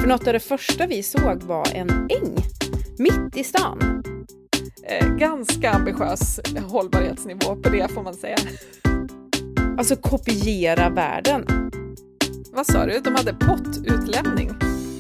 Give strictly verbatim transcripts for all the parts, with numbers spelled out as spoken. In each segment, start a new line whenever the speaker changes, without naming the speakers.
För något av det första vi såg var en äng mitt i stan.
Eh, ganska ambitiös hållbarhetsnivå på det, får man säga.
Alltså kopiera världen.
Vad sa du? De hade pottutlämning.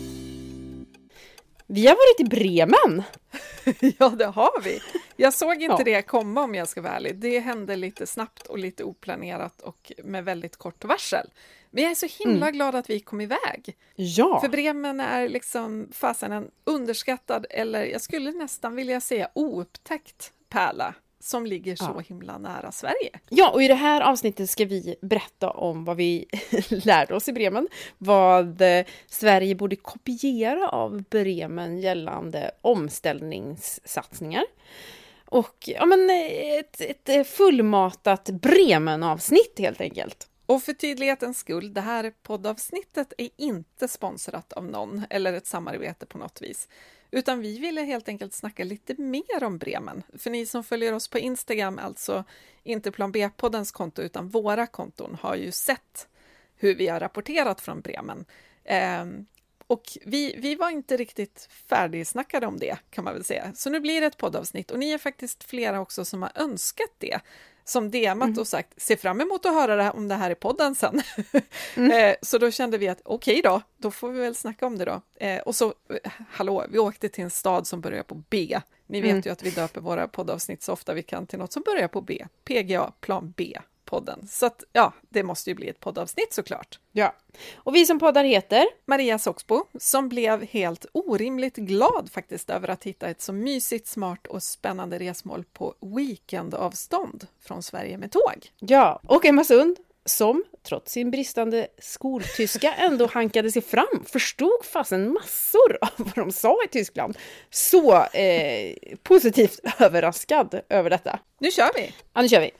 Vi har varit i Bremen.
Ja, det har vi. Jag såg inte
Ja.
det komma, om jag ska vara ärlig. Det hände lite snabbt och lite oplanerat och med väldigt kort varsel. Men jag är så himla mm. glad att vi kom iväg.
Ja.
För Bremen är liksom fasen en underskattad, eller jag skulle nästan vilja säga oupptäckt pärla som ligger så
Ja.
himla nära Sverige.
Ja, och i det här avsnittet ska vi berätta om vad vi lärde oss i Bremen. Vad eh, Sverige borde kopiera av Bremen gällande omställningssatsningar. Och ja, men ett, ett fullmatat Bremen-avsnitt helt enkelt.
Och för tydlighetens skull, det här poddavsnittet är inte sponsrat av någon eller ett samarbete på något vis. Utan vi ville helt enkelt snacka lite mer om Bremen. För ni som följer oss på Instagram, alltså inte Plan B-poddens konto utan våra konton, har ju sett hur vi har rapporterat från Bremen. Eh, och vi, vi var inte riktigt färdigsnackade om det, kan man väl säga. Så nu blir det ett poddavsnitt och ni är faktiskt flera också som har önskat det. Som D M:at mm. och sagt, se fram emot att höra det här, om det här i podden sen. Mm. Så då kände vi att okej okay då, då får vi väl snacka om det då. Och så, hallå, vi åkte till en stad som börjar på B. Ni vet mm. ju att vi döper våra poddavsnitt så ofta vi kan till något som börjar på B. P G A, Plan B-podden. Så att, ja, det måste ju bli ett poddavsnitt såklart.
Ja, och vi som poddar heter
Maria Soxbo, som blev helt orimligt glad faktiskt över att hitta ett så mysigt, smart och spännande resmål på weekendavstånd från Sverige med tåg.
Ja, och Emma Sund, som trots sin bristande skoltyska ändå hankade sig fram, förstod fasen massor av vad de sa i Tyskland. Så eh, positivt överraskad över detta.
Nu kör vi!
Ja, nu kör vi.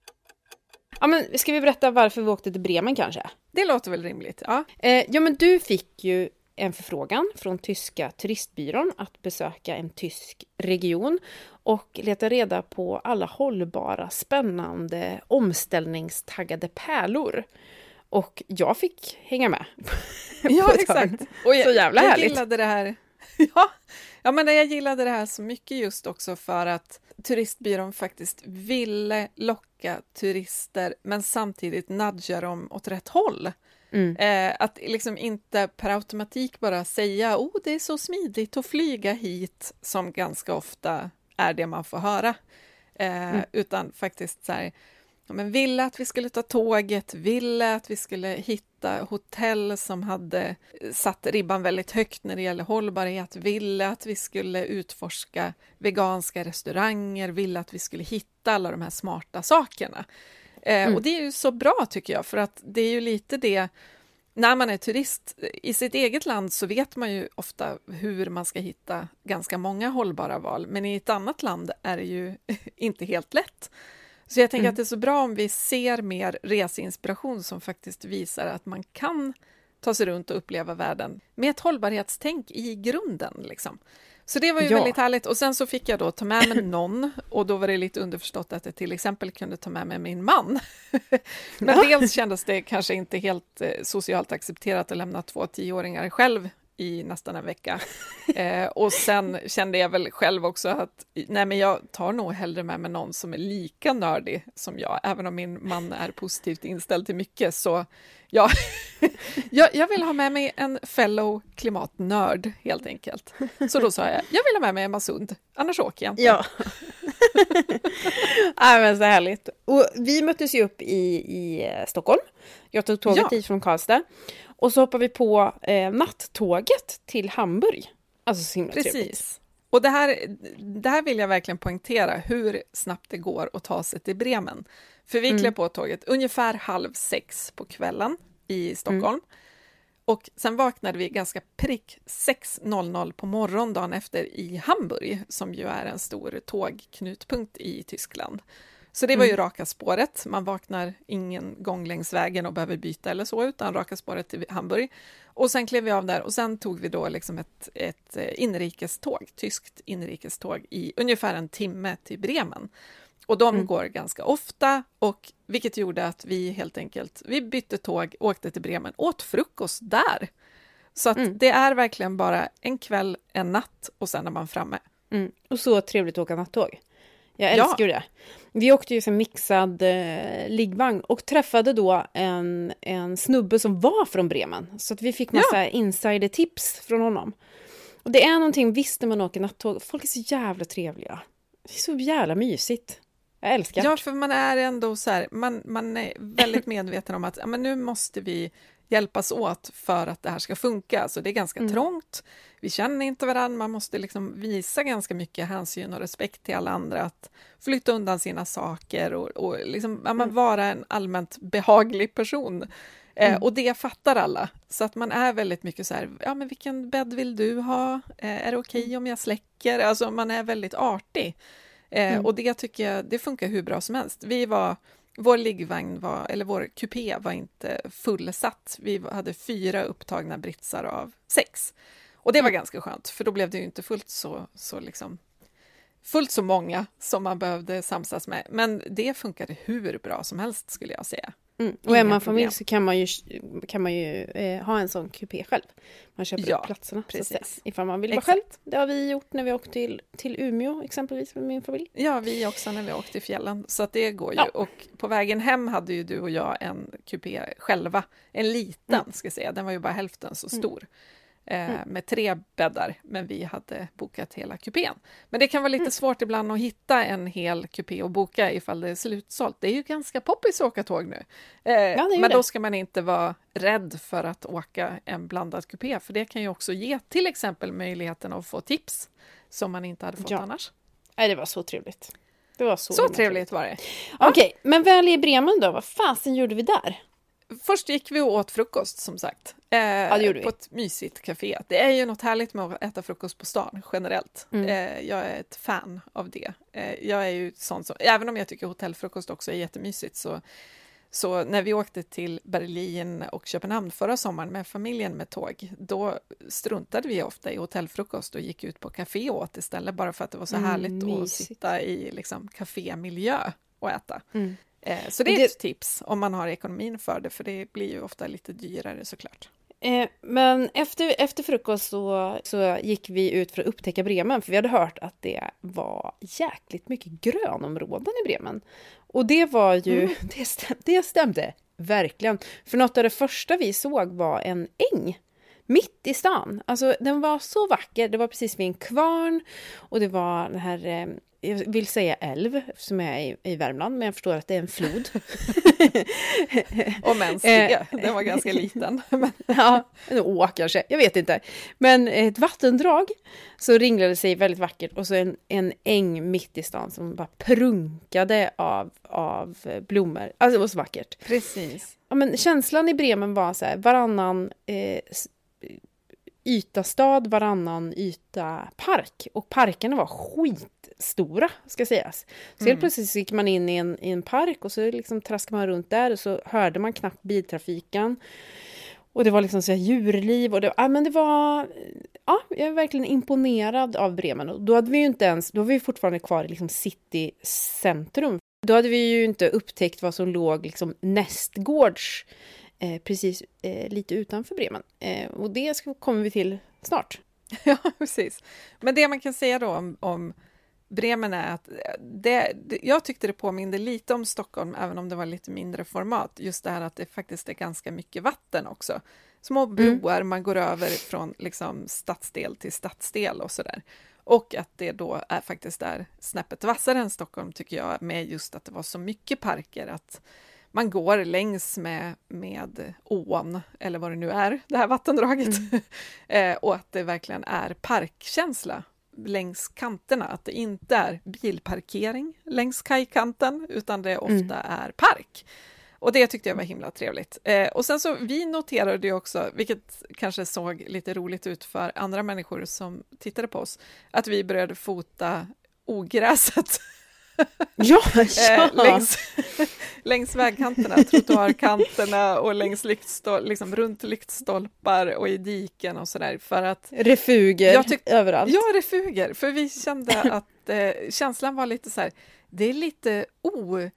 Ja, men ska vi berätta varför vi åkte till Bremen kanske?
Det låter väl rimligt, ja.
Eh, ja, men du fick ju en förfrågan från tyska turistbyrån att besöka en tysk region och leta reda på alla hållbara, spännande, omställningstaggade pärlor. Och jag fick hänga med.
Ja, exakt.
Och jag, så jävla
jag
härligt.
Jag gillade det här. Ja. Ja, men jag gillade det här så mycket just också för att turistbyrån faktiskt ville locka turister men samtidigt nudga dem åt rätt håll. Mm. Eh, att liksom inte per automatik bara säga oh, det är så smidigt att flyga hit, som ganska ofta är det man får höra. Eh, mm. Utan faktiskt så här, ja, men ville att vi skulle ta tåget, ville att vi skulle hitta hotell som hade satt ribban väldigt högt när det gäller hållbarhet, ville att vi skulle utforska veganska restauranger, ville att vi skulle hitta alla de här smarta sakerna. Eh, mm. Och det är ju så bra tycker jag, för att det är ju lite det, när man är turist i sitt eget land så vet man ju ofta hur man ska hitta ganska många hållbara val, men i ett annat land är det ju inte helt lätt. Så jag tänker mm. att det är så bra om vi ser mer reseinspiration som faktiskt visar att man kan ta sig runt och uppleva världen med ett hållbarhetstänk i grunden. Liksom. Så det var ju ja. väldigt härligt. Och sen så fick jag då ta med mig någon och då var det lite underförstått att jag till exempel kunde ta med mig min man. Men ja. dels kändes det kanske inte helt eh, socialt accepterat att lämna två tioåringar själv i nästan en vecka. Eh, och sen kände jag väl själv också att nej, men jag tar nog hellre med mig någon som är lika nördig som jag, även om min man är positivt inställd till mycket. Så ja, jag, jag vill ha med mig en fellow klimatnörd helt enkelt. Så då sa jag, jag vill ha med mig Emma Sund, annars åker jag inte.
Ja. Ja, men så härligt. Och vi möttes ju upp i, i Stockholm. Jag tog tåget ja. hit från Karlstad. Och så hoppar vi på eh, nattåget till Hamburg. Alltså så himla
Precis.
Trevligt.
Och det här, det här vill jag verkligen poängtera, hur snabbt det går att ta sig till Bremen. För vi mm. klev på tåget ungefär halv sex på kvällen i Stockholm. Mm. Och sen vaknade vi ganska prick sex noll noll på morgondagen efter i Hamburg, som ju är en stor tågknutpunkt i Tyskland. Så det var ju mm. raka spåret. Man vaknar ingen gång längs vägen och behöver byta eller så, utan raka spåret till Hamburg. Och sen klev vi av där och sen tog vi då liksom ett, ett inrikeståg, tyskt inrikeståg i ungefär en timme till Bremen. Och de mm. går ganska ofta, och vilket gjorde att vi helt enkelt, vi bytte tåg, åkte till Bremen, åt frukost där. Så att
Mm.
det är verkligen bara en kväll, en natt och sen är man framme.
Mm. Och så trevligt att åka nattåg. Jag
Ja.
älskar ju det. Vi åkte ju en mixad eh, liggvagn och träffade då en, en snubbe som var från Bremen. Så att vi fick massa
Ja.
insider-tips från honom. Och det är någonting visst när man åker nattåg. Folk är så jävla trevliga. Det är så jävla mysigt. Jag älskar det.
Ja, för man är ändå så här, man, man är väldigt medveten om att ja, men nu måste vi hjälpas åt för att det här ska funka. Så det är ganska
Mm.
trångt. Vi känner inte varandra. Man måste liksom visa ganska mycket hänsyn och respekt till alla andra. Att flytta undan sina saker och, och liksom, ja, men vara en allmänt behaglig person. Eh,
Mm.
och det fattar alla. Så att man är väldigt mycket så här, ja men vilken bädd vill du ha? Eh, är det okej okay om jag släcker? Alltså man är väldigt artig. Eh,
Mm.
och det tycker jag, det funkar hur bra som helst. Vi var, vår liggvagn var, eller vår kupé var inte fullsatt. Vi hade fyra upptagna britsar av sex. Och det var
Mm.
ganska skönt, för då blev det ju inte fullt så, så liksom, fullt så många som man behövde samsas med. Men det funkade hur bra som helst skulle jag säga.
Mm. Och
Inga
är man
problem.
familj så kan man ju, kan man ju eh, ha en sån kupé själv. Man köper
Ja,
upp platserna. Så att
precis.
säga, ifall man vill vara
Exakt.
själv. Det har vi gjort när vi åkte till, till Umeå exempelvis med min familj.
Ja, vi också när vi åkte i fjällen. Så att det går ju.
Ja.
Och på vägen hem hade ju du och jag en kupé själva. En liten,
Mm.
ska jag säga. Den var ju bara hälften så
Mm.
stor. Eh,
Mm.
med tre bäddar, men vi hade bokat hela kupén. Men det kan vara lite
Mm.
svårt ibland att hitta en hel kupé och boka ifall det är slutsålt. Det är ju ganska poppis att åka tåg nu. Eh,
är ju
men
det.
då ska man inte vara rädd för att åka en blandad kupé, för det kan ju också ge till exempel möjligheten att få tips som man inte hade fått
Ja.
annars.
Nej, det var så trevligt. Det var så,
Så
himla
trevligt var det.
Okej, men väl i Bremen då? Vad fasen gjorde vi där?
Först gick vi och åt frukost, som sagt. Eh,
det gjorde vi.
På ett mysigt café. Det är ju något härligt med att äta frukost på stan, generellt.
Mm.
Eh, jag är ett fan av det. Eh, jag är ju sån som, även om jag tycker hotellfrukost också är jättemysigt, så, så när vi åkte till Berlin och Köpenhamn förra sommaren med familjen med tåg, då struntade vi ofta i hotellfrukost och gick ut på café och åt istället, bara för att det var så
Mm,
härligt att
mysigt.
sitta i liksom, kafémiljö och äta.
Mm.
Eh, Så det är
Det-
ett tips om man har ekonomin för det, för det blir ju ofta lite dyrare såklart.
Eh, men efter, efter frukost så, så gick vi ut för att upptäcka Bremen, för vi hade hört att det var jäkligt mycket grönområden i Bremen. Och det var ju,
Mm.
det, stäm, det stämde verkligen. För något av det första vi såg var en äng mitt i stan. Alltså den var så vacker, det var precis vid en kvarn och det var den här, eh, jag vill säga älv som är i, i Värmland, men jag förstår att det är en flod.
Och men det, den var ganska liten. Men,
Ja, en å kanske, jag vet inte. Men ett vattendrag så ringlade sig väldigt vackert och så en, en äng mitt i stan som bara prunkade av, av blommor. Alltså det var så vackert.
precis.
Ja, men känslan i Bremen var så här, varannan eh, s- yta stad, varannan yta park. Och parkerna var skitstora, ska sägas. Så helt
Mm.
plötsligt så gick man in i en, i en park och så liksom traskade man runt där och så hörde man knappt biltrafiken. Och det var liksom så här djurliv och det, ja, men det var, ja, jag är verkligen imponerad av Bremen. Och då hade vi ju inte ens, då var vi fortfarande kvar i liksom citycentrum. Då hade vi ju inte upptäckt vad som låg liksom nästgårds eh, precis eh, lite utanför Bremen. Eh, och det ska, kommer vi till snart.
Ja, precis. Men det man kan säga då om, om Bremen är att det, det, jag tyckte det påminde lite om Stockholm, även om det var lite mindre format. Just det här att det faktiskt är ganska mycket vatten också. Små broar, man går över från liksom stadsdel till stadsdel och sådär. Och att det då är faktiskt är snäppet vassare än Stockholm, tycker jag, med just att det var så mycket parker, att man går längs med, med ån, eller vad det nu är, det här vattendraget.
Mm.
eh, och att det verkligen är parkkänsla längs kanterna, att det inte är bilparkering längs kajkanten, utan det ofta
Mm.
är park. Och det tyckte jag var himla trevligt. Eh, och sen så, vi noterade ju också, vilket kanske såg lite roligt ut för andra människor som tittade på oss, att vi började fota ogräset
Ja, ja.
eh, längs, längs vägkanterna, trottoarkanterna och längs lyktstol, liksom runt lyktstolpar och i diken och sådär, för att
Refuger
Jag tyck-
överallt.
ja, refuger, för vi kände att eh, känslan var lite så här, det är lite o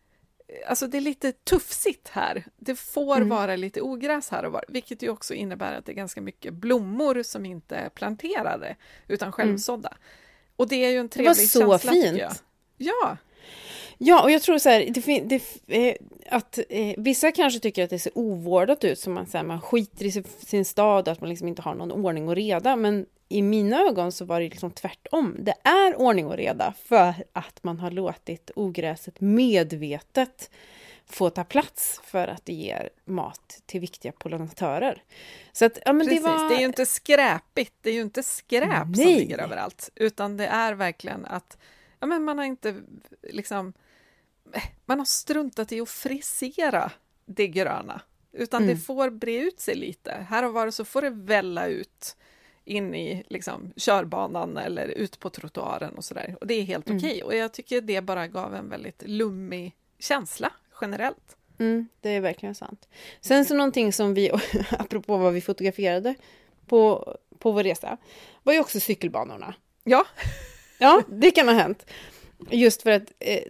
alltså det är lite tuffsigt här. Det får
Mm.
vara lite ogräs här och var, vilket ju också innebär att det är ganska mycket blommor som inte är planterade utan självsådda. Mm. Och det är ju en trevlig
känsla. Det var så
känsla,
fint.
jag. Ja.
Ja, och jag tror så här, det, det, eh, att eh, vissa kanske tycker att det ser ovårdat ut, som man, så här, man skiter i sin, sin stad, att man liksom inte har någon ordning och reda, men i mina ögon så var det liksom tvärtom. Det är ordning och reda för att man har låtit ogräset medvetet få ta plats för att det ger mat till viktiga pollinatörer. Så att, ja, men
Precis,
det, var...
det är ju inte skräpigt, det är ju inte skräp
Nej.
som ligger överallt, utan det är verkligen att ja, men man har inte liksom, man har struntat i att frisera det gröna, utan mm. det får bre ut sig lite. Här och var så får det välla ut in i liksom körbanan eller ut på trottoaren och sådär. Och det är helt mm. okej. Och jag tycker det bara gav en väldigt lummig känsla generellt.
Mm, det är verkligen sant. Sen så någonting som vi, apropå vad vi fotograferade på, på vår resa, var ju också cykelbanorna.
Ja.
Ja, det kan ha hänt. Just för att eh,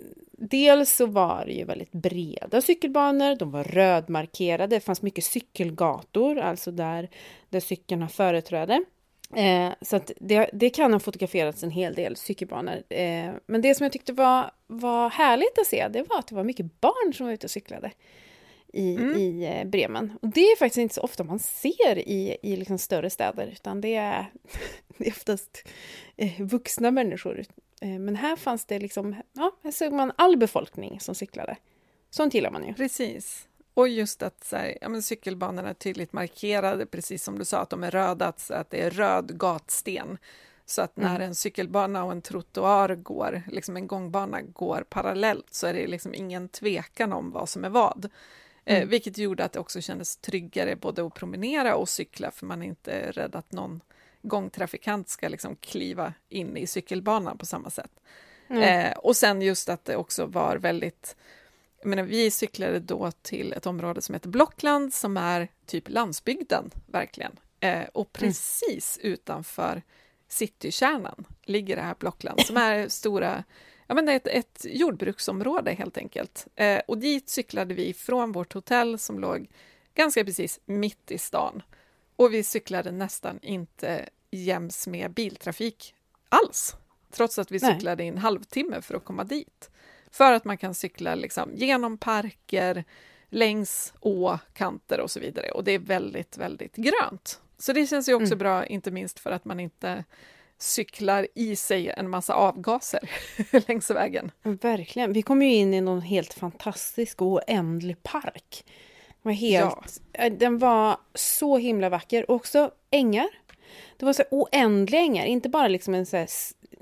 dels så var det ju väldigt breda cykelbanor, de var rödmarkerade, det fanns mycket cykelgator, alltså där, där cykeln har företräde. Eh, så att det, det kan ha fotograferats en hel del cykelbanor. Eh, men det som jag tyckte var, var härligt att se, det var att det var mycket barn som var ute och cyklade i, mm. i eh, Bremen. Och det är faktiskt inte så ofta man ser i, i liksom större städer, utan det är, det är oftast eh, vuxna människor. Eh, men här fanns det liksom, ja, här såg man all befolkning som cyklade. Sånt gillar man ju.
Precis. Och just att så här, ja, men cykelbanorna är tydligt markerade, precis som du sa, att de är röda, att, att det är röd gatsten. Så att när mm. en cykelbana och en trottoar går, liksom en gångbana går parallellt, så är det liksom ingen tvekan om vad som är vad. Mm. Eh, vilket gjorde att det också kändes tryggare både att promenera och cykla, för man är inte rädd att någon gångtrafikant ska liksom kliva in i cykelbanan på samma sätt. Mm. Eh, och sen just att det också var väldigt... Jag menar, vi cyklade då till ett område som heter Blockland, som är typ landsbygden, verkligen. Eh, och precis mm. utanför citykärnan ligger det här Blockland, som är stora, ja, men det är ett, ett jordbruksområde helt enkelt. Eh, och dit cyklade vi från vårt hotell som låg ganska precis mitt i stan. Och vi cyklade nästan inte jäms med biltrafik alls, trots att vi cyklade i en halvtimme för att komma dit. För att man kan cykla liksom genom parker, längs åkanter och så vidare. Och det är väldigt, väldigt grönt. Så det känns ju också mm. bra, inte minst för att man inte cyklar i sig en massa avgaser längs vägen.
Verkligen. Vi kom ju in i någon helt fantastisk och oändlig park. Den var, helt, ja. den var så himla vacker. Och också ängar. Det var så oändliga ängar. Inte bara liksom en så här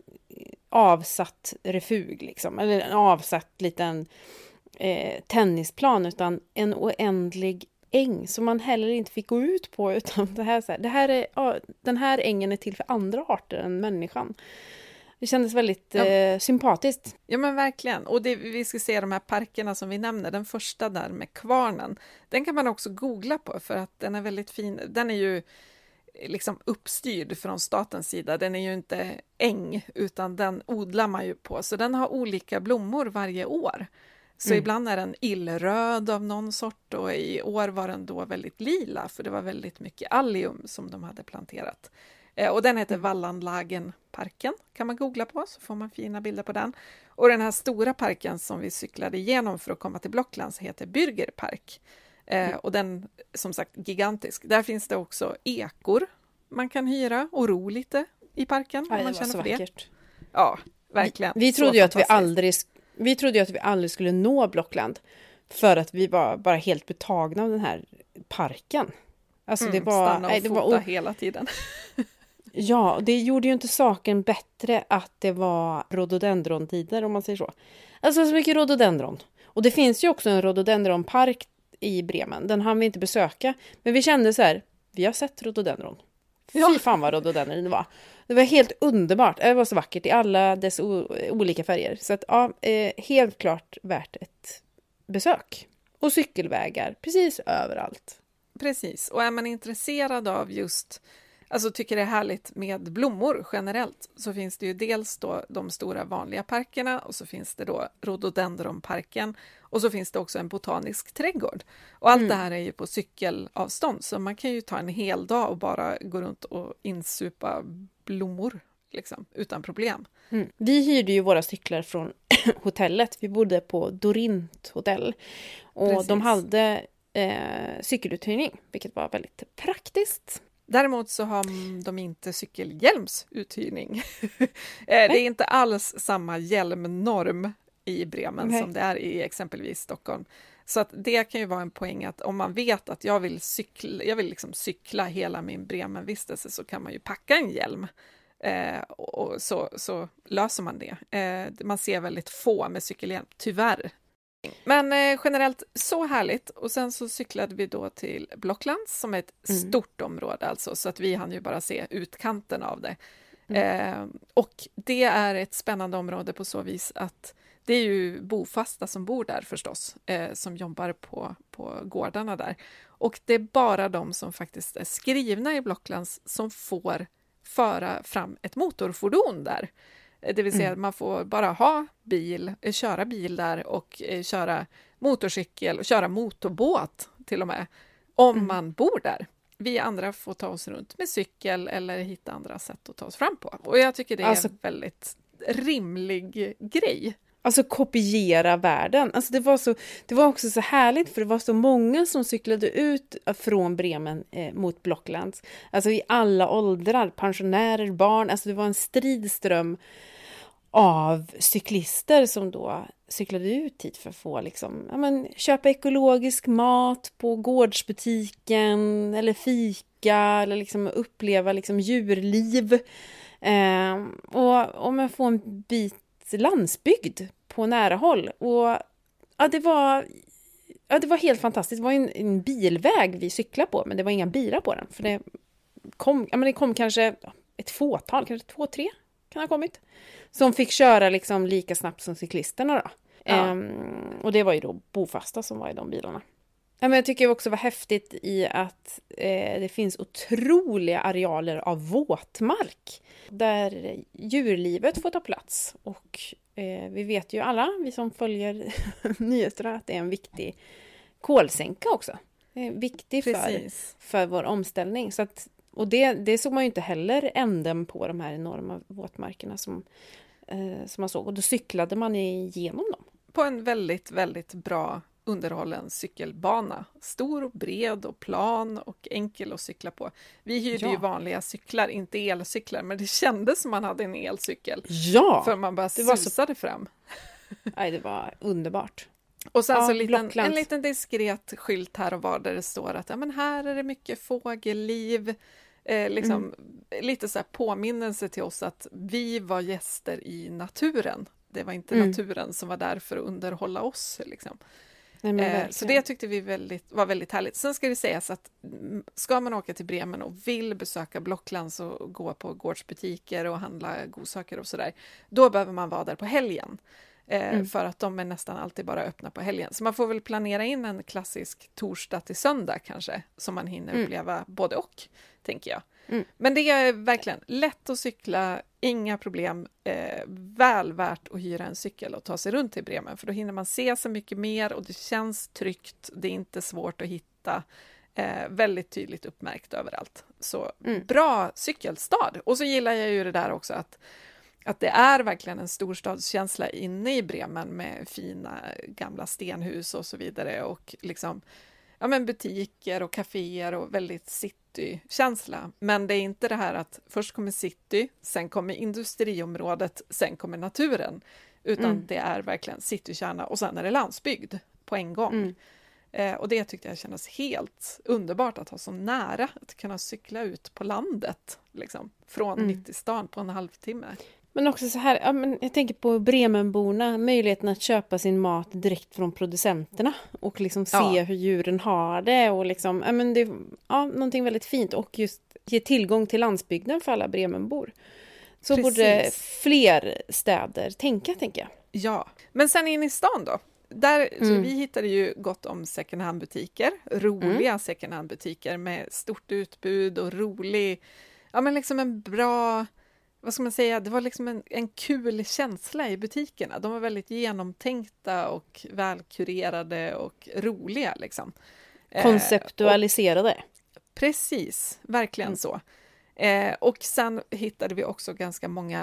avsatt refug liksom, eller en avsatt liten eh, tennisplan, utan en oändlig äng som man heller inte fick gå ut på, utan det här, så här, det här är, ja, den här ängen är till för andra arter än människan. Det kändes väldigt ja. eh, sympatiskt.
Ja, men verkligen. Och det, vi ska se de här parkerna som vi nämner, den första där med kvarnen, den kan man också googla på, för att den är väldigt fin. Den är ju liksom uppstyrd från statens sida. Den är ju inte äng, utan den odlar man ju på. Så den har olika blommor varje år. Så mm. ibland är den illröd av någon sort, och i år var den då väldigt lila, för det var väldigt mycket allium som de hade planterat. Eh, och den heter Wallanlagenparken, kan man googla på, så får man fina bilder på den. Och den här stora parken som vi cyklade igenom för att komma till Blocklands heter Bürgerpark. Eh, och den, som sagt, gigantisk. Där finns det också ekor man kan hyra och ro lite i parken.
Ja,
om man
det
känner
var så
för
vackert.
Det. Ja, verkligen.
Vi, vi trodde ju att vi aldrig, vi trodde ju att vi aldrig skulle nå Blockland, för att vi var bara helt betagna av den här parken. Alltså
mm,
det var,
stanna och
nej, det
fota
var
hela tiden.
Ja, det gjorde ju inte saken bättre att det var rhododendrontider, om man säger så. Alltså så mycket rhododendron. Och det finns ju också en rhododendronpark i Bremen. Den hann vi inte besöka. Men vi kände så här, vi har sett rhododendron.
Ja.
Fy fan vad rhododendron det var. Det var helt underbart. Det var så vackert i alla dess o- olika färger. Så att ja, eh, helt klart värt ett besök. Och cykelvägar, precis överallt.
Precis, och är man intresserad av just alltså tycker det är härligt med blommor generellt, så finns det ju dels då de stora vanliga parkerna och så finns det då rhododendronparken och så finns det också en botanisk trädgård. Och allt mm. det här är ju på cykelavstånd, så man kan ju ta en hel dag och bara gå runt och insupa blommor liksom, utan problem.
Mm. Vi hyrde ju våra cyklar från hotellet. Vi bodde på Dorint hotell och Precis. De hade eh, cykeluthyrning, vilket var väldigt praktiskt.
Däremot så har de inte cykelhjälmsuthyrning. Det är inte alls samma hjälmnorm i Bremen okay. som det är i exempelvis Stockholm. Så att det kan ju vara en poäng att om man vet att jag vill cykla, jag vill liksom cykla hela min Bremenvistelse, så kan man ju packa en hjälm. Eh, och så, så löser man det. Eh, man ser väldigt få med cykelhjälm, tyvärr. Men eh, generellt så härligt. Och sen så cyklade vi då till Blocklands som är ett mm. stort område alltså, så att vi hann ju bara se utkanten av det. Mm. Eh, och det är ett spännande område på så vis att det är ju bofasta som bor där förstås, eh, som jobbar på, på gårdarna där. Och det är bara de som faktiskt är skrivna i Blocklands som får föra fram ett motorfordon där. Det vill säga mm. att man får bara ha bil, köra bil där och köra motorcykel och köra motorbåt till och med, om mm. man bor där. Vi andra får ta oss runt med cykel eller hitta andra sätt att ta oss fram på. Och jag tycker det är alltså, en väldigt rimlig grej.
Alltså kopiera världen. Alltså det var så, det var också så härligt, för det var så många som cyklade ut från Bremen eh, mot Blocklands. Alltså i alla åldrar, pensionärer, barn. Alltså det var en stridström av cyklister som då cyklade ut hit för att få liksom, ja men, köpa ekologisk mat på gårdsbutiken eller fika eller liksom uppleva liksom djurliv. Eh, och om man får en bit landsbygd på nära håll. Och ja, det var ja, det var helt fantastiskt. Det var en, en bilväg vi cyklade på, men det var inga bilar på den, för det kom, ja, men det kom kanske ett fåtal, kanske två, tre kan ha kommit, som fick köra liksom lika snabbt som cyklisterna då. Ja. Ehm, och det var ju då bofasta som var i de bilarna. Ja, men jag tycker också var häftigt i att eh, det finns otroliga arealer av våtmark där djurlivet får ta plats. Och eh, vi vet ju alla, vi som följer nyheterna, att det är en viktig kolsänka också. Det är viktig för, för vår omställning. Så att, och det, det såg man ju inte heller änden på de här enorma våtmarkerna som, eh, som man såg. Och då cyklade man igenom dem.
På en väldigt, väldigt bra underhållen cykelbana. Stor och bred och plan och enkel att cykla på. Vi hyrde ja. ju vanliga cyklar, inte elcyklar, men det kändes som man hade en elcykel.
Ja!
För man bara
det var
susade
så...
fram.
Nej, det var underbart.
Och sen ja, så liten, en liten diskret skylt här och var där det står att ja, men här är det mycket fågelliv. Eh, liksom, mm. Lite så här påminnelse till oss att vi var gäster i naturen. Det var inte mm. naturen som var där för att underhålla oss. Liksom. Nej, eh, så det tyckte vi väldigt, var väldigt härligt. Sen ska det sägas att ska man åka till Bremen och vill besöka Blocklands och gå på gårdsbutiker och handla godsaker och sådär, då behöver man vara där på helgen. Eh, mm. För att de är nästan alltid bara öppna på helgen. Så man får väl planera in en klassisk torsdag till söndag kanske, som man hinner mm. uppleva både och, tänker jag. Mm. Men det är verkligen lätt att cykla, inga problem, eh, väl värt att hyra en cykel och ta sig runt till Bremen, för då hinner man se så mycket mer och det känns tryggt, det är inte svårt att hitta, eh, väldigt tydligt uppmärkt överallt. Så mm. bra cykelstad. Och så gillar jag ju det där också att Att det är verkligen en storstadskänsla inne i Bremen med fina gamla stenhus och så vidare och liksom, ja, men butiker och kaféer och väldigt citykänsla. Men det är inte det här att först kommer city, sen kommer industriområdet, sen kommer naturen. Utan mm. det är verkligen citykärna och sen är det landsbygd på en gång. Mm. Eh, och det tyckte jag kändes helt underbart att ha så nära att kunna cykla ut på landet liksom, från mm. mitt i stan på en halvtimme.
Men också så här, ja, men jag tänker på Bremenborna, möjligheten att köpa sin mat direkt från producenterna och liksom se ja. hur djuren har det och liksom, ja, men det, ja, någonting väldigt fint och just ge tillgång till landsbygden för alla Bremenbor. Så Precis. borde fler städer tänka, tänker jag.
Ja, men sen in i stan då? Där, mm. så vi hittade ju gott om second hand-butiker, roliga mm. second hand-butiker med stort utbud och rolig ja, men liksom en bra, vad ska man säga, det var liksom en, en kul känsla i butikerna. De var väldigt genomtänkta och välkurerade och roliga liksom.
Konceptualiserade.
Eh, och, precis, verkligen mm. så. Eh, och sen hittade vi också ganska många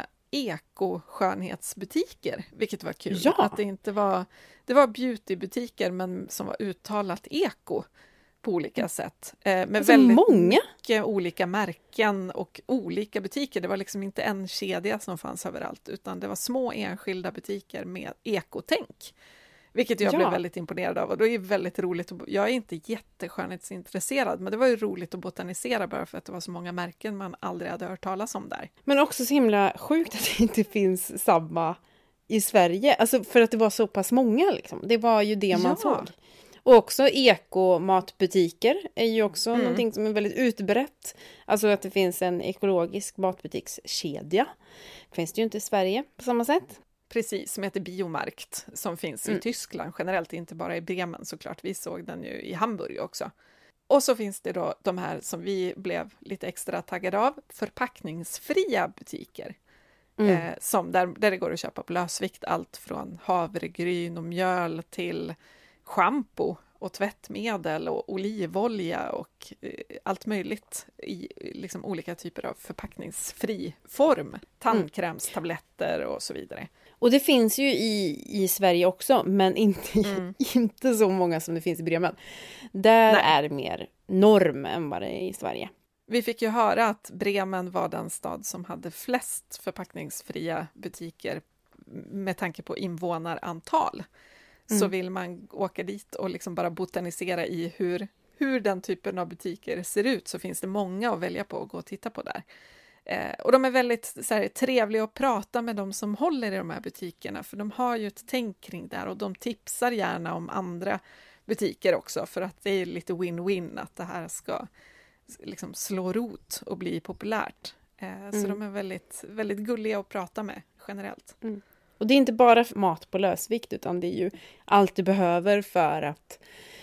eko-skönhetsbutiker, vilket var kul.
Ja.
Att det inte var, det var beautybutiker men som var uttalat eko på olika sätt. Eh, med
alltså
väldigt
många.
mycket olika märken och olika butiker. Det var liksom inte en kedja som fanns överallt, utan det var små enskilda butiker med ekotänk. Vilket jag ja. blev väldigt imponerad av, och det är väldigt roligt. Jag är inte jätteskönhetsintresserad, men det var ju roligt att botanisera bara för att det var så många märken man aldrig hade hört talas om där.
Men också så himla sjukt att det inte finns samma i Sverige, alltså för att det var så pass många liksom. Det var ju det man ja. såg. Och också ekomatbutiker är ju också mm. någonting som är väldigt utbrett. Alltså att det finns en ekologisk matbutikskedja. Finns det ju inte i Sverige på samma sätt.
Precis, som heter Biomarkt, som finns mm. i Tyskland generellt, inte bara i Bremen såklart. Vi såg den ju i Hamburg också. Och så finns det då de här som vi blev lite extra taggade av, förpackningsfria butiker. Mm. Eh, som där, där det går att köpa på lösvikt allt från havregryn och mjöl till shampoo och tvättmedel och olivolja och eh, allt möjligt i liksom olika typer av förpackningsfri form. Tandkrämstabletter och så vidare.
Och det finns ju i, i Sverige också, men inte, mm. inte så många som det finns i Bremen. Där Nej. är det mer norm än vad det är i Sverige.
Vi fick ju höra att Bremen var den stad som hade flest förpackningsfria butiker med tanke på invånarantal. Mm. Så vill man åka dit och liksom bara botanisera i hur, hur den typen av butiker ser ut, så finns det många att välja på och gå och titta på där. Eh, och de är väldigt så här, trevliga att prata med de som håller i de här butikerna, för de har ju ett tänk kring där och de tipsar gärna om andra butiker också, för att det är lite win-win att det här ska liksom slå rot och bli populärt. Eh, mm. Så de är väldigt, väldigt gulliga att prata med generellt.
Mm. Och det är inte bara mat på lösvikt, utan det är ju allt du behöver för att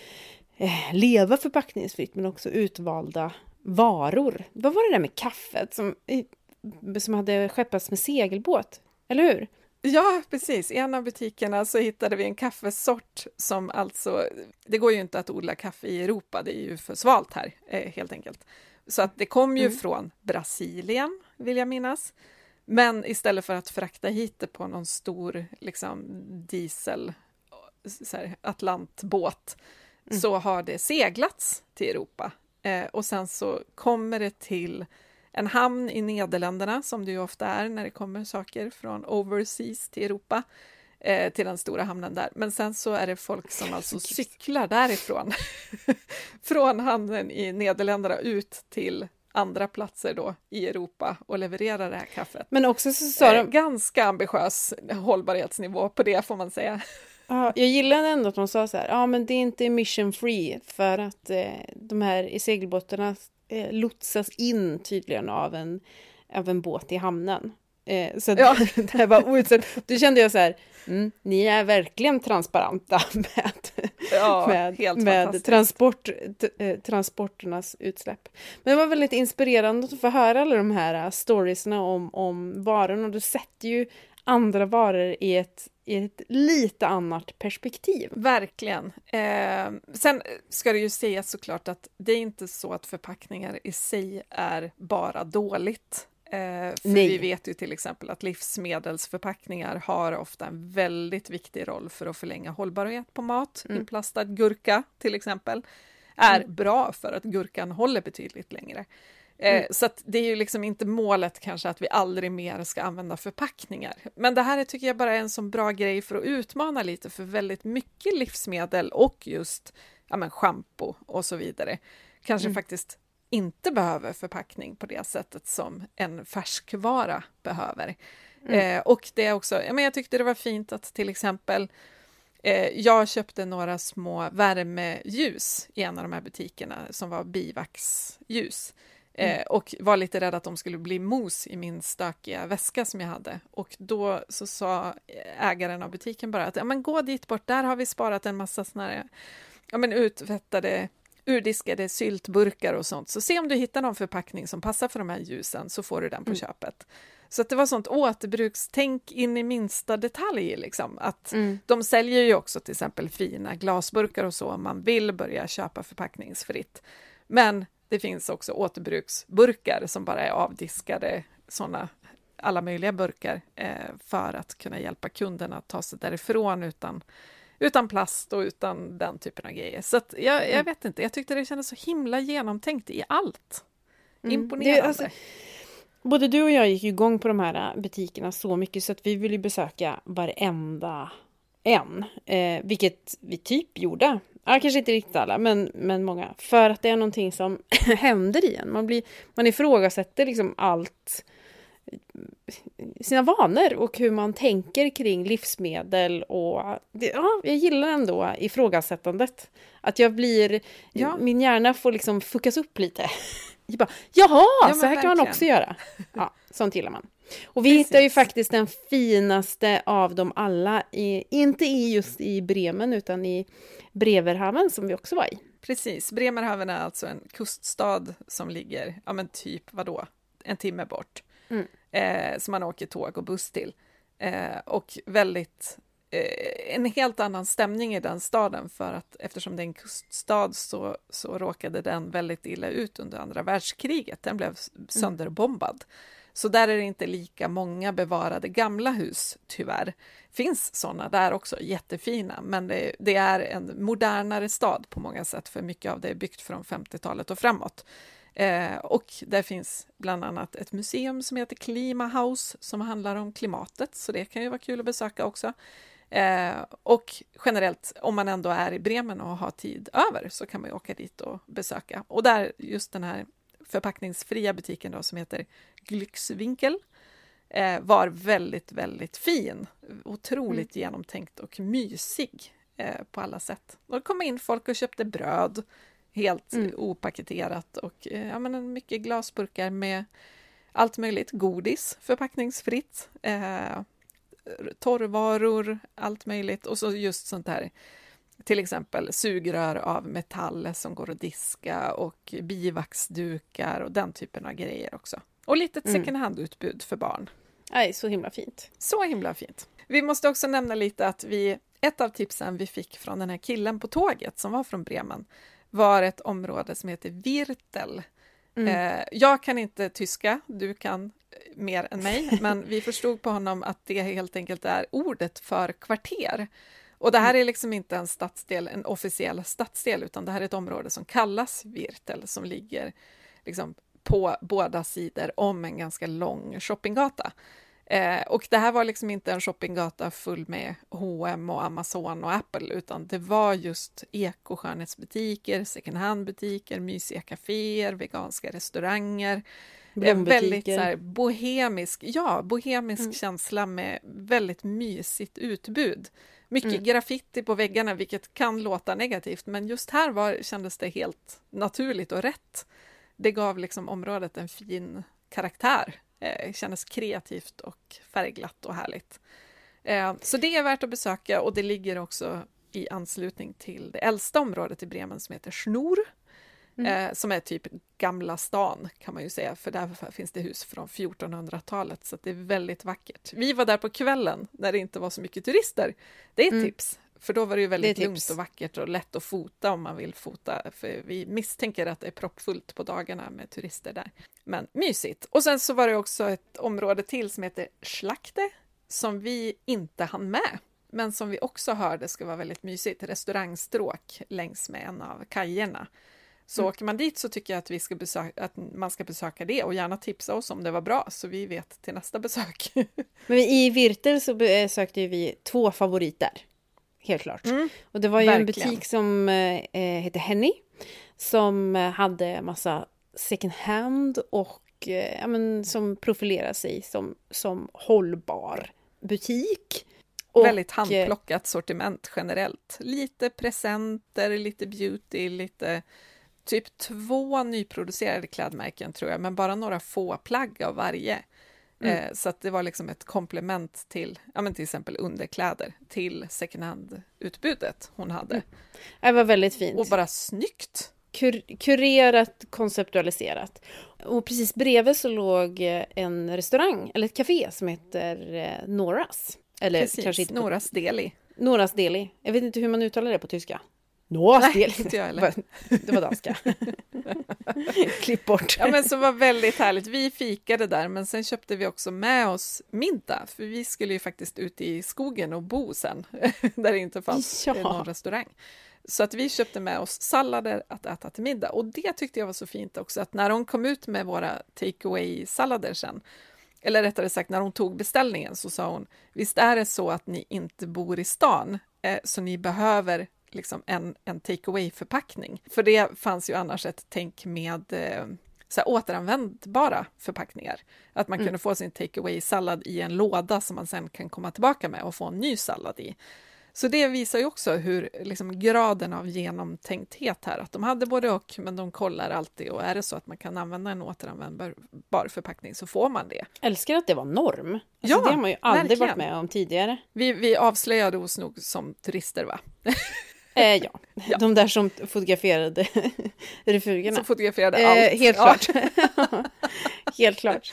eh, leva förpackningsfritt, men också utvalda varor. Vad var det där med kaffet som, som hade skeppats med segelbåt? Eller hur?
Ja, precis. I en av butikerna så hittade vi en kaffesort som alltså, det går ju inte att odla kaffe i Europa, det är ju för svalt här eh, helt enkelt. Så att det kom ju mm. från Brasilien, vill jag minnas. Men istället för att frakta hit det på någon stor liksom, diesel så här, atlantbåt mm. så har det seglats till Europa. Eh, och sen så kommer det till en hamn i Nederländerna, som det ju ofta är när det kommer saker från overseas till Europa, eh, till den stora hamnen där. Men sen så är det folk som alltså cyklar därifrån, från hamnen i Nederländerna ut till andra platser då i Europa och levererar det här kaffet.
Men också så sa de...
Eh, ganska ambitiös hållbarhetsnivå på det, får man säga.
Ja, jag gillar ändå att de sa så här, ja men det är inte mission free, för att eh, de här i segelbåtarna eh, lotsas in tydligen av en, av en båt i hamnen. Eh, så ja. det, det var outsett. Då kände jag så här, mm, ni är verkligen transparenta med,
ja,
med, med transport, t- eh, transporternas utsläpp. Men det var väldigt inspirerande att få höra alla de här storiesna om, om varorna, och du sätter ju andra varor i ett, i ett lite annat perspektiv.
Verkligen. Eh, sen ska det ju sägas såklart att det är inte så att förpackningar i sig är bara dåligt. Eh, för Nej. Vi vet ju till exempel att livsmedelsförpackningar har ofta en väldigt viktig roll för att förlänga hållbarhet på mat. Mm. Inplastad gurka till exempel är mm. bra för att gurkan håller betydligt längre. Eh, mm. Så att det är ju liksom inte målet kanske att vi aldrig mer ska använda förpackningar. Men det här är, tycker jag bara är en sån bra grej för att utmana lite, för väldigt mycket livsmedel och just ja, men, shampoo och så vidare kanske mm. faktiskt inte behöver förpackning på det sättet som en färskvara behöver. Mm. Eh, och det är också, ja, men jag tyckte det var fint att till exempel eh, jag köpte några små värmeljus i en av de här butikerna som var bivaxljus. Mm. Eh, och var lite rädd att de skulle bli mos i min stökiga väska som jag hade. Och då så sa ägaren av butiken bara att ja, men gå dit bort, där har vi sparat en massa såna här ja, men utvättade urdiskade syltburkar och sånt. Så se om du hittar någon förpackning som passar för de här ljusen, så får du den på mm. köpet. Så att det var sånt återbrukstänk in i minsta detalj. Liksom. Att mm. De säljer ju också till exempel fina glasburkar och så om man vill börja köpa förpackningsfritt. Men det finns också återbruksburkar som bara är avdiskade, såna alla möjliga burkar, eh, för att kunna hjälpa kunderna att ta sig därifrån utan, utan plast och utan den typen av grejer. Så att jag, jag mm. vet inte, jag tyckte det kändes så himla genomtänkt i allt. Imponerande.
Mm. Det, alltså, både du och jag gick igång på de här butikerna så mycket så att vi ville besöka varenda en, eh, vilket vi typ gjorde. Ja, kanske inte riktigt alla, men, men många. För att det är någonting som händer i en. Man, blir, man ifrågasätter liksom allt, sina vanor och hur man tänker kring livsmedel. Och det, ja, jag gillar ändå ifrågasättandet. Att jag blir, ja. min hjärna får liksom fuckas upp lite. Jag bara, jaha, ja, så här kan man också göra. Ja, sånt gillar man. Och vi Precis. hittar ju faktiskt den finaste av dem alla, i, inte i just i Bremen utan i Bremerhaven som vi också var i.
Precis, Bremerhaven är alltså en kuststad som ligger, ja men typ vadå, en timme bort. Mm. Eh, som man åker tåg och buss till. Eh, och väldigt, eh, en helt annan stämning i den staden, för att eftersom det är en kuststad så, så råkade den väldigt illa ut under andra världskriget. Den blev sönderbombad. Mm. Så där är det inte lika många bevarade gamla hus, tyvärr. Finns sådana där också, jättefina, men det, det är en modernare stad på många sätt, för mycket av det är byggt från femtiotalet och framåt. Eh, och där finns bland annat ett museum som heter Klimahaus som handlar om klimatet, så det kan ju vara kul att besöka också. Eh, och generellt, om man ändå är i Bremen och har tid över, så kan man ju åka dit och besöka. Och där, just den här förpackningsfria butiken då, som heter Glückswinkel, eh, var väldigt, väldigt fin. Otroligt mm. genomtänkt och mysig eh, på alla sätt. Och det kom in folk och köpte bröd, helt mm. opaketerat, och eh, ja, men mycket glasburkar med allt möjligt. Godis, förpackningsfritt, eh, torrvaror, allt möjligt. Och så just sånt här, till exempel sugrör av metall som går att diska, och bivaxdukar och den typen av grejer också. Och lite second hand-utbud för barn.
Nej, så himla fint.
Så himla fint. Vi måste också nämna lite att vi, ett av tipsen vi fick från den här killen på tåget som var från Bremen, var ett område som heter Virtel. Mm. Eh, jag kan inte tyska, du kan mer än mig, men vi förstod på honom att det helt enkelt är ordet för kvarter. Och det här är liksom inte en stadsdel, en officiell stadsdel, utan det här är ett område som kallas Virtel, som ligger liksom på båda sidor om en ganska lång shoppinggata. Eh, och det här var liksom inte en shoppinggata full med H och M och Amazon och Apple, utan det var just ekoskönhetsbutiker, second hand-butiker, mysiga kaféer, veganska restauranger. Väldigt så här, bohemisk, ja, bohemisk mm. känsla med väldigt mysigt utbud. Mycket mm. graffiti på väggarna, vilket kan låta negativt, men just här var, kändes det helt naturligt och rätt. Det gav liksom området en fin karaktär. Eh, kändes kreativt och färgglatt och härligt. Eh, så det är värt att besöka, och det ligger också i anslutning till det äldsta området i Bremen som heter Schnur. Mm. Eh, som är typ gamla stan kan man ju säga, för där finns det hus från fjortonhundratalet, så att det är väldigt vackert. Vi var där på kvällen när det inte var så mycket turister. Det är ett mm. tips, för då var det ju väldigt det lugnt och vackert och lätt att fota om man vill fota, för vi misstänker att det är proppfullt på dagarna med turister där. Men mysigt. Och sen så var det också ett område till som heter Schlachte, som vi inte hann med, men som vi också hörde ska vara väldigt mysigt. Restaurangstråk längs med en av kajerna. Så mm. åker man dit så tycker jag att, vi ska besöka, att man ska besöka det, och gärna tipsa oss om det var bra, så vi vet till nästa besök.
Men i Virtel så besökte vi två favoriter, helt klart. Mm. Och det var ju Verkligen. en butik som eh, heter Henny, som hade massa second hand och eh, ja, men, som profilerar sig som, som hållbar butik. Och,
väldigt handplockat sortiment generellt. Lite presenter, lite beauty, lite typ två nyproducerade klädmärken tror jag, men bara några få plagg av varje. Mm. Eh, så att det var liksom ett komplement till, ja men till exempel underkläder, till second hand-utbudet hon hade.
Mm. Det var väldigt fint.
Och bara snyggt.
kur- kurerat, konceptualiserat. Och precis bredvid så låg en restaurang, eller ett café som heter eh, Noras. Eller
Precis,
kanske inte på...
Noras Deli.
Noras Deli. Jag vet inte hur man uttalar det på tyska. Noras Deli.
Inte jag heller.
Det var danska. Klipp bort.
Ja, men så var väldigt härligt. Vi fikade där, men sen köpte vi också med oss middag. För vi skulle ju faktiskt ut i skogen och bo sen. Där det inte fanns
Ja.
någon restaurang. Så att vi köpte med oss sallader att äta till middag. Och det tyckte jag var så fint också. Att när de kom ut med våra take-away-sallader sen. Eller rättare sagt, när hon tog beställningen så sa hon, visst är det så att ni inte bor i stan. Eh, så ni behöver liksom en, en take-away-förpackning. För det fanns ju annars ett tänk med eh, så här, återanvändbara förpackningar. Att man mm. kunde få sin take-away-sallad i en låda som man sen kan komma tillbaka med och få en ny sallad i. Så det visar ju också hur liksom, graden av genomtänkthet här. Att de hade både och, men de kollar alltid. Och är det så att man kan använda en återanvändbar förpackning så får man det.
Älskar att det var norm. Alltså,
Ja,
det har man ju aldrig
verkligen.
varit med om tidigare.
Vi, vi avslöjade oss nog som turister, va?
Eh, ja. ja, de där som fotograferade refugierna.
Som fotograferade
eh,
allt.
Helt
ja.
klart. Helt klart.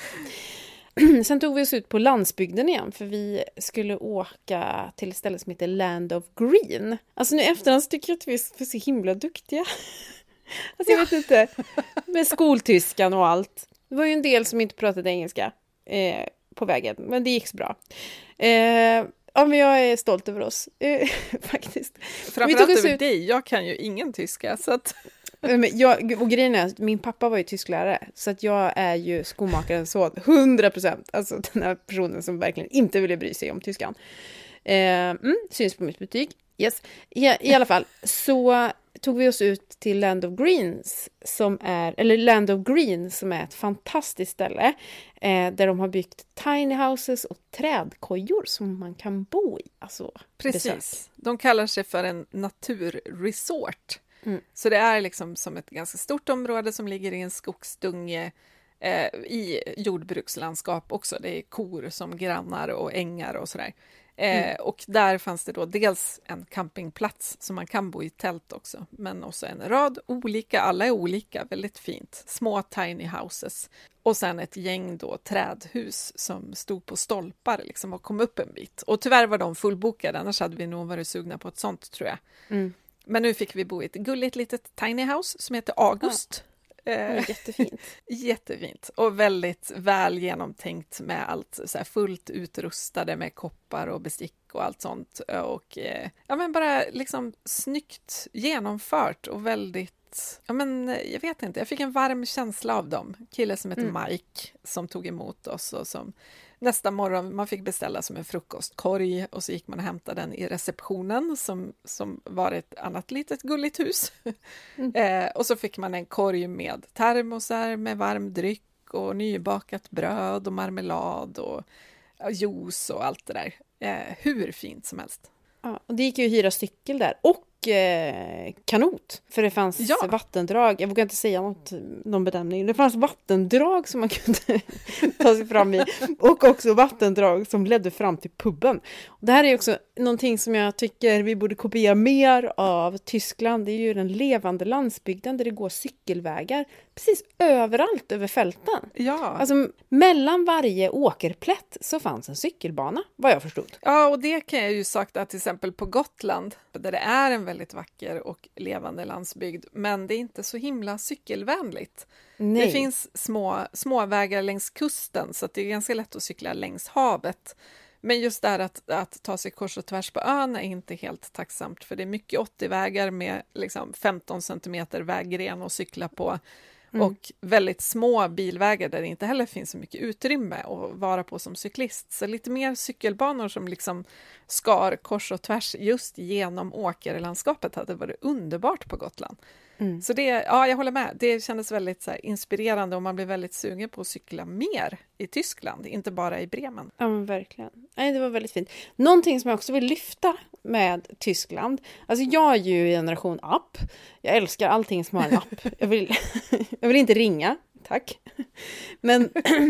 Sen tog vi oss ut på landsbygden igen, för vi skulle åka till ett ställe som heter Land of Green. Alltså nu efterhand tycker jag att vi är så himla duktiga. Alltså jag vet inte, med skoltyskan och allt. Det var ju en del som inte pratade engelska eh, på vägen, men det gick så bra. Eh, ja, men jag är stolt över oss, eh, faktiskt.
Framförallt över ut... dig, jag kan ju ingen tyska, så att...
Jag, och grejen är att min pappa var ju tysklärare, så att jag är ju skomakarens son, hundra procent. Alltså den här personen som verkligen inte ville bry sig om tyskan. Eh, mm, syns på mitt betyg. Yes. I, I alla fall så tog vi oss ut till Land of Greens som är, eller Land of Green som är ett fantastiskt ställe eh, där de har byggt tiny houses och trädkojor som man kan bo i. Alltså,
precis.
Besök.
De kallar sig för en naturresort. Mm. Så det är liksom som ett ganska stort område som ligger i en skogsdunge eh, i jordbrukslandskap också. Det är kor som grannar och ängar och sådär. Eh, mm. Och där fanns det då dels en campingplats som man kan bo i tält också. Men också en rad olika, alla är olika, väldigt fint. Små tiny houses. Och sen ett gäng då trädhus som stod på stolpar liksom och kom upp en bit. Och tyvärr var de fullbokade, annars hade vi nog varit sugna på ett sånt tror jag. Mm. Men nu fick vi bo i ett gulligt litet tiny house som heter August.
Ja. Mm, jättefint.
Jättefint och väldigt väl genomtänkt med allt så här fullt utrustade med koppar och bestick och allt sånt. Och ja, men bara liksom snyggt genomfört och väldigt, ja men jag vet inte, jag fick en varm känsla av dem. Kille som heter mm. Mike som tog emot oss och som nästa morgon man fick beställa som en frukostkorg och så gick man och hämtade den i receptionen som, som var ett annat litet gulligt hus. Mm. eh, och så fick man en korg med termosar med varm dryck och nybakat bröd och marmelad och ja, juice och allt det där. Eh, hur fint som helst.
Ja, och det gick ju att hyra cykel där och eh, kanot. För det fanns ja. vattendrag, jag vågar inte säga något, någon bedömning. Det fanns vattendrag som man kunde ta sig fram i. Och också vattendrag som ledde fram till puben. Och det här är också någonting som jag tycker vi borde kopiera mer av Tyskland. Det är ju den levande landsbygden där det går cykelvägar precis överallt över fälten.
Ja.
Alltså mellan varje åkerplätt så fanns en cykelbana, vad jag förstod.
Ja, och det kan jag ju sakna till exempel på Gotland, där det är en väldigt vacker och levande landsbygd, men det är inte så himla cykelvänligt. Nej. Det finns små, små vägar längs kusten så att det är ganska lätt att cykla längs havet. Men just där att, att ta sig kors och tvärs på ön är inte helt tacksamt, för det är mycket åttio-vägar med liksom femton centimeter vägren att cykla på. Mm. Och väldigt små bilvägar där det inte heller finns så mycket utrymme att vara på som cyklist. Så lite mer cykelbanor som liksom skar kors och tvärs just genom åkerlandskapet hade varit underbart på Gotland. Mm. Så det, ja, jag håller med. Det kändes väldigt så här, inspirerande och man blev väldigt sugen på att cykla mer i Tyskland, inte bara i Bremen.
Ja, men verkligen. Nej, det var väldigt fint. Någonting som jag också vill lyfta med Tyskland. Alltså jag är ju generation app. Jag älskar allting som har en app. Jag vill, jag vill inte ringa, tack. Men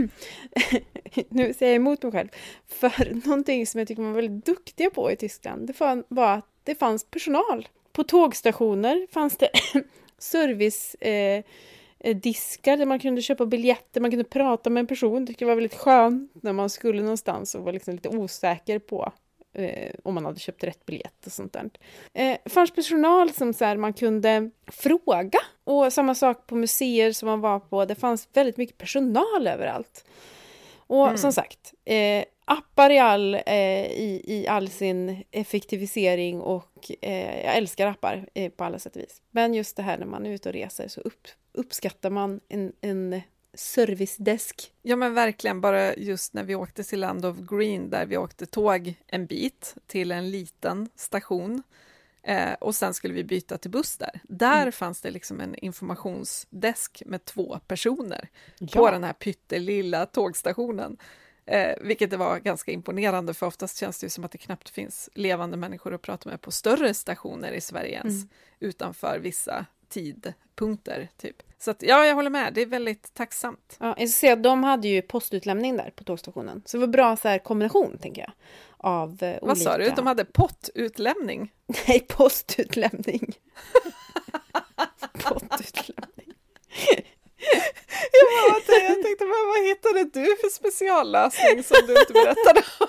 nu säger jag emot mig själv. För någonting som jag tycker man var väldigt duktiga på i Tyskland, det var att det fanns personal. På tågstationer fanns det service eh, diskar där man kunde köpa biljetter, man kunde prata med en person. Det var väldigt skönt när man skulle någonstans och var liksom lite osäker på eh, om man hade köpt rätt biljett och sånt där. Eh, fanns personal som så här, man kunde fråga, och samma sak på museer som man var på, det fanns väldigt mycket personal överallt. Och mm. som sagt, eh, appar i all, eh, i, i all sin effektivisering, och eh, jag älskar appar eh, på alla sätt och vis. Men just det här när man är ute och reser så upp, uppskattar man en, en servicedesk.
Ja men verkligen, bara just när vi åkte till Land of Green där vi åkte tåg en bit till en liten station. Eh, och sen skulle vi byta till buss där. Där mm. fanns det liksom en informationsdesk med två personer ja. på den här pyttelilla tågstationen. Eh, vilket det var ganska imponerande, för oftast känns det ju som att det knappt finns levande människor att prata med på större stationer i Sverige ens, mm. utanför vissa tidpunkter typ. Så att, ja, jag håller med. Det är väldigt tacksamt.
Ja, jag ska säga att de hade ju postutlämning där på tågstationen. Så det var bra så här kombination, tänker jag. Av eh,
Vad
olika...
sa du? De hade pottutlämning?
Nej, postutlämning. Pottutlämning.
jag, bara, jag tänkte, men vad hittade du för speciallösning som du inte berättade om?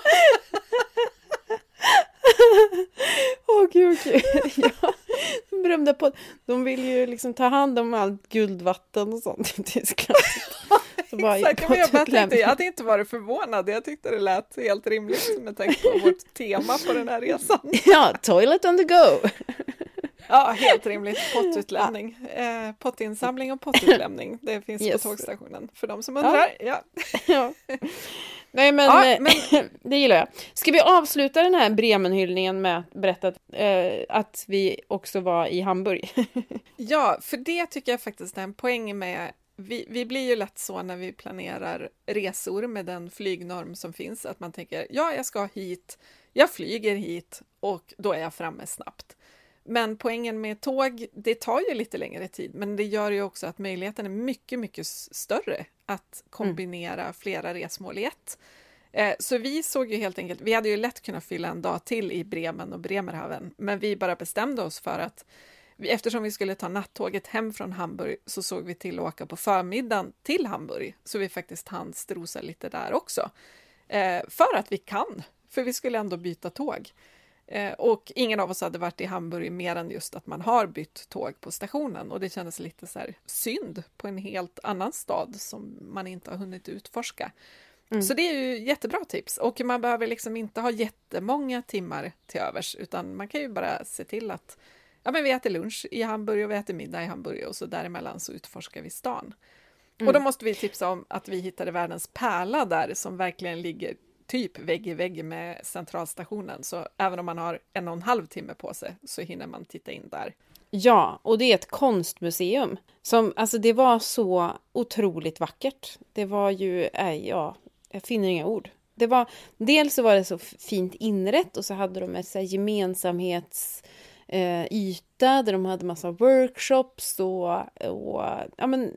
Åh oh, gud, gud. Ja, de berömda på. De vill ju liksom ta hand om allt guldvatten och sånt i Tyskland. Så bara,
exakt, men jag, bara tänkte, jag hade inte varit förvånad. Jag tyckte det lät helt rimligt med tanke på vårt tema på den här resan.
Ja, toilet on the go.
Ja, helt rimligt. Pottutlämning. Eh, pottinsamling och pottutlämning. Det finns yes. på tågstationen. För de som undrar. Ja.
Ja. Nej, men, ja, men det gillar jag. Ska vi avsluta den här Bremenhyllningen med att berätta att, eh, att vi också var i Hamburg?
Ja, för det tycker jag faktiskt är en poäng med. Vi, vi blir ju lätt så när vi planerar resor med den flygnorm som finns. Att man tänker, ja jag ska hit, jag flyger hit och då är jag framme snabbt. Men poängen med tåg, det tar ju lite längre tid, men det gör ju också att möjligheten är mycket, mycket större att kombinera mm. flera resmål i ett. Eh, så vi såg ju helt enkelt, vi hade ju lätt kunnat fylla en dag till i Bremen och Bremerhaven, men vi bara bestämde oss för att vi, eftersom vi skulle ta nattåget hem från Hamburg, så såg vi till att åka på förmiddagen till Hamburg, så vi faktiskt hann strosa lite där också. Eh, för att vi kan, för vi skulle ändå byta tåg. Eh, och ingen av oss hade varit i Hamburg mer än just att man har bytt tåg på stationen, och det kändes lite så här synd på en helt annan stad som man inte har hunnit utforska. Mm. Så det är ju jättebra tips, och man behöver liksom inte ha jättemånga timmar till övers, utan man kan ju bara se till att ja, men vi äter lunch i Hamburg och vi äter middag i Hamburg, och så däremellan så utforskar vi stan. Mm. Och då måste vi tipsa om att vi hittade världens pärla där som verkligen ligger typ vägg i vägg med centralstationen, så även om man har en och en halv timme på sig så hinner man titta in där.
Ja, och det är ett konstmuseum som, alltså det var så otroligt vackert. Det var ju, äh, ja, jag finner inga ord. Det var, dels så var det så fint inrätt, och så hade de ett så här gemensamhets eh, yta där de hade massa workshops och, och ja, men,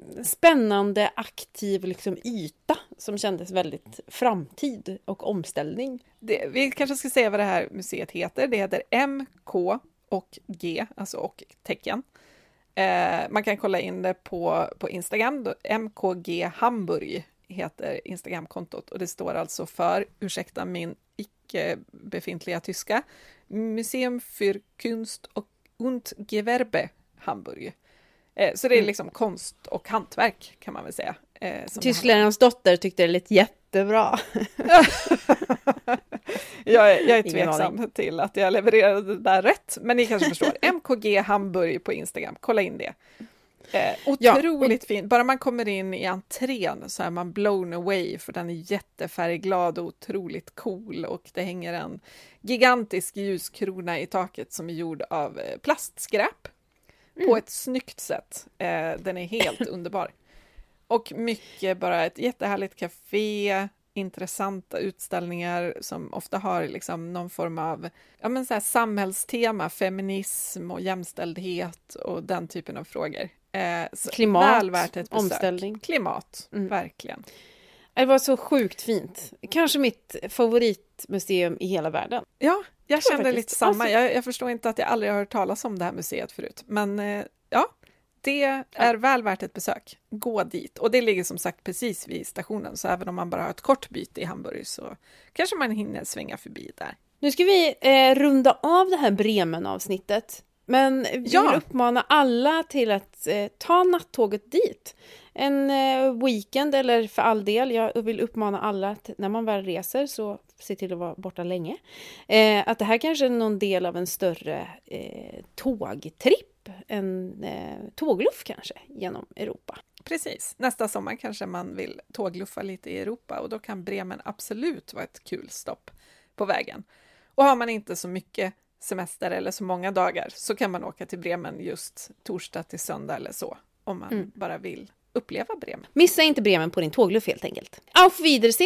spännande aktiv liksom yta som kändes väldigt framtid och omställning.
Det, vi kanske ska säga vad det här museet heter. Det heter M K och G, alltså och tecken. Eh, man kan kolla in det på, på Instagram. Då, M K G Hamburg heter Instagramkontot, och det står alltså för, ursäkta min icke befintliga tyska, Museum für Kunst und Gewerbe Hamburg. Eh, så det är liksom mm. konst och hantverk kan man väl säga. Eh,
Tysklärarnas dotter tyckte det lät jättebra.
jag, är, jag är tveksam till att jag levererade det där rätt, men ni kanske förstår. M K G Hamburg på Instagram, kolla in det. Eh, otroligt ja, och... fint. Bara man kommer in i entrén så är man blown away, för den är jättefärgglad och otroligt cool, och det hänger en gigantisk ljuskrona i taket som är gjord av plastskräp mm. på ett snyggt sätt. Eh, den är helt underbar. Och mycket bara ett jättehärligt café, intressanta utställningar som ofta har liksom någon form av ja, men så här samhällstema, feminism och jämställdhet och den typen av frågor. Eh,
Klimat,
väl värt ett besök.
Omställning.
Klimat, mm. verkligen.
Det var så sjukt fint. Kanske mitt favoritmuseum i hela världen.
Ja, jag kände lite samma. Jag, jag förstår inte att jag aldrig har hört talas om det här museet förut. Men eh, ja, Det är väl värt ett besök. Gå dit. Och det ligger som sagt precis vid stationen, så även om man bara har ett kort byte i Hamburg så kanske man hinner svänga förbi där.
Nu ska vi eh, runda av det här Bremen-avsnittet. Men vi
Ja.
vill uppmana alla till att eh, ta nattåget dit. En eh, weekend, eller för all del, jag vill uppmana alla att när man väl reser så se till att vara borta länge. Eh, att det här kanske är någon del av en större eh, tågtripp, en eh, tågluff kanske genom Europa.
Precis. Nästa sommar kanske man vill tågluffa lite i Europa och då kan Bremen absolut vara ett kul stopp på vägen. Och har man inte så mycket semester eller så många dagar så kan man åka till Bremen just torsdag till söndag eller så, om man mm. bara vill uppleva Bremen.
Missa inte Bremen på din tågluff helt enkelt. Auf Wiedersehen!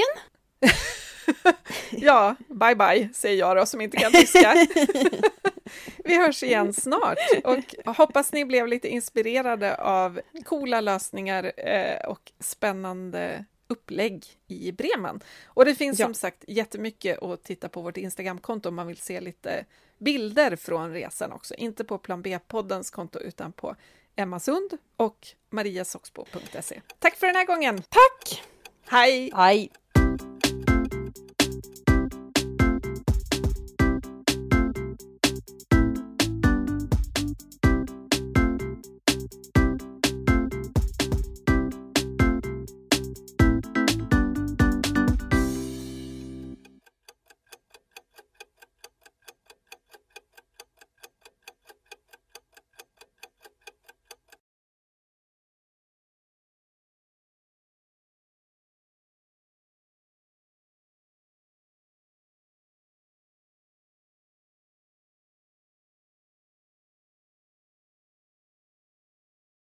Ja, bye bye säger jag då som inte kan tyska. Vi hörs igen snart och hoppas ni blev lite inspirerade av coola lösningar eh, och spännande upplägg i Bremen. Och det finns ja. som sagt jättemycket att titta på vårt Instagramkonto om man vill se lite bilder från resan också. Inte på Plan B-poddens konto utan på Emma Sund och mariasoxbo punkt se. Tack för den här gången!
Tack!
Hej!
Hej!